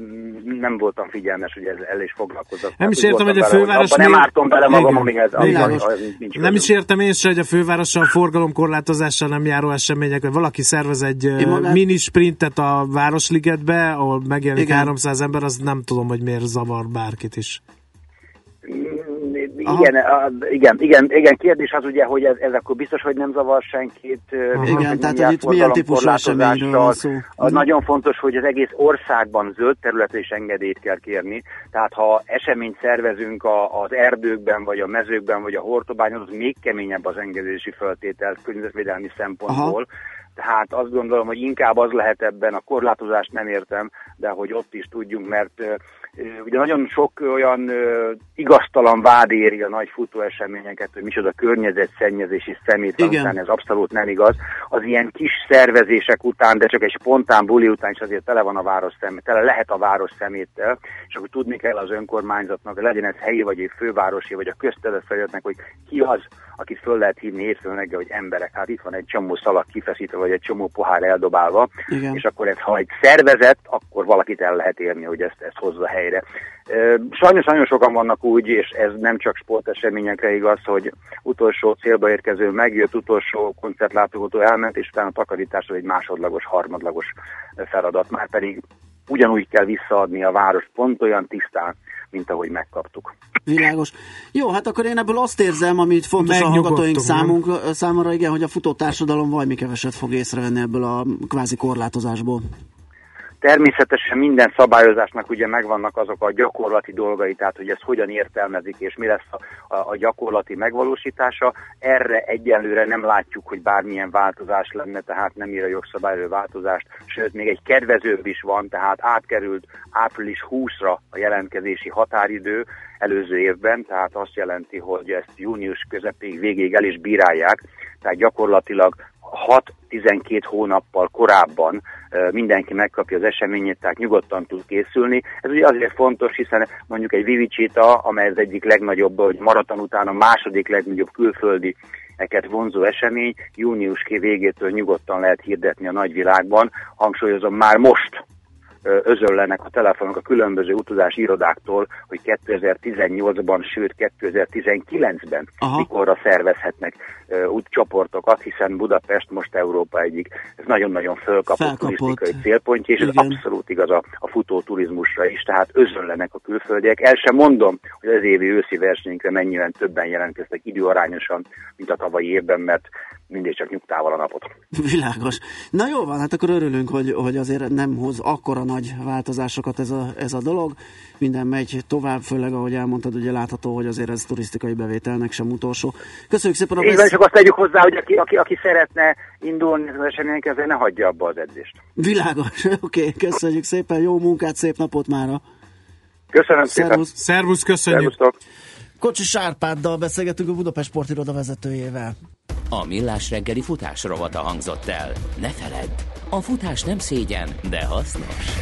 Nem voltam figyelmes, hogy ezzel el is foglalkozott. Nem is értem, hogy a főváros... Nem ártom bele magam, amíg ez... Nincs nem is értem én se, hogy a fővárossal forgalomkorlátozással nem járó események, hogy valaki szervez egy mini sprintet a Városligetbe, ahol megjelenik igen. háromszáz ember, az nem tudom, hogy miért zavar bárkit is. Igen, a, igen, igen, igen, kérdés az ugye, hogy ez, ez akkor biztos, hogy nem zavar senkit. Igen, tehát hogy itt milyen típusú eseményről van szó. Az nagyon fontos, hogy az egész országban zöld területre is engedélyt kell kérni. Tehát ha eseményt szervezünk a, az erdőkben, vagy a mezőkben, vagy a hortobányon, az még keményebb az engedélyezési feltétel környezetvédelmi szempontból. Aha. Tehát azt gondolom, hogy inkább az lehet ebben, a korlátozást nem értem, de hogy ott is tudjunk, mert uh, ugye nagyon sok olyan uh, igaztalan vád éri a nagy futóeseményeket, hogy micsoda környezetszennyezési szemét, után ez abszolút nem igaz. Az ilyen kis szervezések után, de csak egy spontán buli után is azért tele van a város szemét, tele lehet a város szeméttel, és akkor tudni kell az önkormányzatnak, hogy legyen ez helyi, vagy egy fővárosi, vagy a közterületfelületnek, hogy ki az, akit föl lehet hívni hétfőn reggel, hogy emberek. Hát itt van egy csomó szalag kifeszítve, vagy egy csomó pohár eldobálva, igen. és akkor ez, ha egy szervezet, akkor valakit el lehet érni, hogy ezt, ezt hozza helyre. Sajnos nagyon sokan vannak úgy, és ez nem csak sporteseményekre igaz, hogy utolsó célba érkező megjött, utolsó koncertlátogató elment, és utána a takarítás egy másodlagos, harmadlagos feladat. Már pedig ugyanúgy kell visszaadni a város pont olyan tisztán, mint ahogy megkaptuk. Világos. Jó, hát akkor én ebből azt érzem, amit fontos a hallgatóink számunk, számára, igen, hogy a futótársadalom valami keveset fog észrevenni ebből a kvázi korlátozásból. Természetesen minden szabályozásnak ugye megvannak azok a gyakorlati dolgai, tehát hogy ezt hogyan értelmezik, és mi lesz a, a, a gyakorlati megvalósítása. Erre egyelőre nem látjuk, hogy bármilyen változás lenne, tehát nem ír a jogszabályról változást, sőt, még egy kedvezőbb is van, tehát átkerült április huszadika a jelentkezési határidő előző évben, tehát azt jelenti, hogy ezt június közepéig végéig el is bírálják, tehát gyakorlatilag hat-tizenkét hónappal korábban mindenki megkapja az eseményét, tehát nyugodtan tud készülni. Ez ugye azért fontos, hiszen mondjuk egy Vivicita, amely az egyik legnagyobb, hogy maraton után a második legnagyobb külföldi eket vonzó esemény, június végétől nyugodtan lehet hirdetni a nagyvilágban. Hangsúlyozom, már most özöllenek a telefonok a különböző utazási irodáktól, hogy kétezer-tizennyolcban, sőt kétezer-tizenkilencben Aha. mikorra szervezhetnek uh, útcsoportokat, hiszen Budapest most Európa egyik, ez nagyon-nagyon fölkapott, fölkapott turisztikai célpontja, és Igen. ez abszolút igaz a, a futóturizmusra is, tehát özöllenek a külföldiek. El sem mondom, hogy az évi őszi versenyünkre mennyiben többen jelentkeztek időarányosan, mint a tavalyi évben, mert mindig csak nyugtával a napot. Világos. Na jó van, hát akkor örülünk, hogy, hogy azért nem hoz akkora nagy változásokat ez a, ez a dolog. Minden megy tovább, főleg ahogy elmondtad, ugye látható, hogy azért ez turisztikai bevételnek sem utolsó. Köszönjük szépen a beszél... Így van, csak azt tegyük hozzá, hogy aki, aki, aki szeretne indulni az események, azért ne hagyja abba az edzést. Világos. Oké, okay, köszönjük szépen, jó munkát, szép napot mára. Köszönöm Szervusz. szépen. Szervusz, köszönjük. Szervusztok. Kocsis Árpáddal beszélgetünk, a Budapest Sportiroda vezetőjével. A Millás reggeli futás rovata hangzott el. Ne feledd, a futás nem szégyen, de hasznos.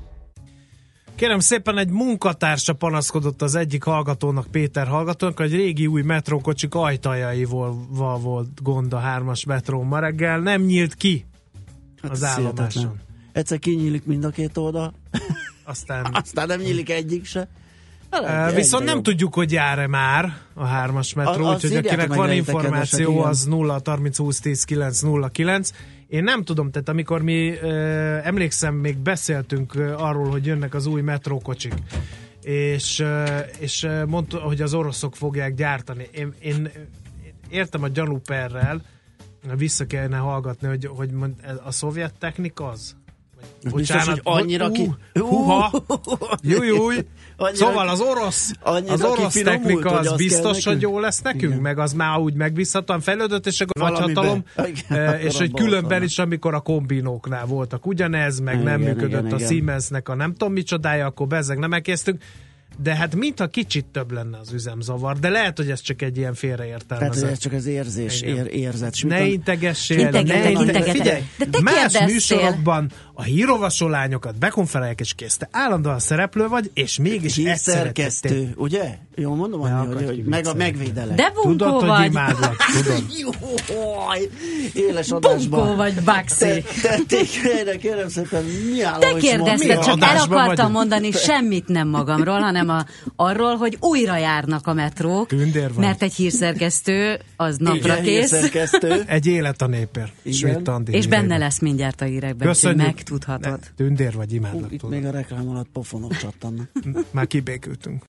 Kérem szépen, egy munkatársa panaszkodott az egyik hallgatónak, Péter hallgatónak, hogy régi új metrókocsik ajtajaival volt gond a hármas metró ma reggel. Nem nyílt ki hát az állomáson. Egyszer kinyílik mind a két oldal, aztán, aztán nem nyílik egyik se. Uh, viszont nem jobb. Tudjuk, hogy jár-e már a hármas metró, úgyhogy akinek van információ, az nulla harminc húsz tíz kilenc nulla kilenc. Én nem tudom, tehát amikor mi uh, emlékszem, még beszéltünk uh, arról, hogy jönnek az új metrókocsik, és, uh, és uh, mondta, hogy az oroszok fogják gyártani. Én, én értem a gyanúperrel, vissza kellene hallgatni, hogy, hogy a szovjet technika az? Bocsánat, biztos, hogy annyira ki... Húha! Jújjúj! Szóval az orosz, az orosz technika az, az biztos, hogy jó lesz nekünk, igen. Meg az már úgy megbízhatóan fejlődött, és akkor a nagyhatalom, és hogy különben is, amikor a kombinóknál voltak ugyanez, meg igen, nem működött igen, a igen. Siemensnek a nem tudom micsodája, akkor bezzeg nem elkésztünk. De hát mintha kicsit több lenne az üzemzavar, de lehet, hogy ez csak egy ilyen félreértelmezett. Tehát ez csak az érzés, ér, érzet. Ne integessél, ne integessél. Figyelj, más műsorokban a hírovasoló lányokat bekonferálják, és kész. Te állandóan szereplő vagy, és mégis ezt szerkesztő, ugye? Jól mondom, Anni, hogy, hogy meg a megvédelek. De bunkó tudod, vagy. Hogy imádlak, tudod. Jój, éles adásban. Bunkó vagy, Baxi. Tették, kérem szépen, mi állom, te kérdezted, csak el akartam mondani semmit nem magamról, hanem a, arról, hogy újra járnak a metrók, mert egy hírszerkesztő az napra kész. Egy élet a népért. És benne lesz mindjárt a hírekben, hogy megtudhatod. Tündér vagy, imádlak. Itt még a reklám alatt pofonok csattannak. Már kibékültünk.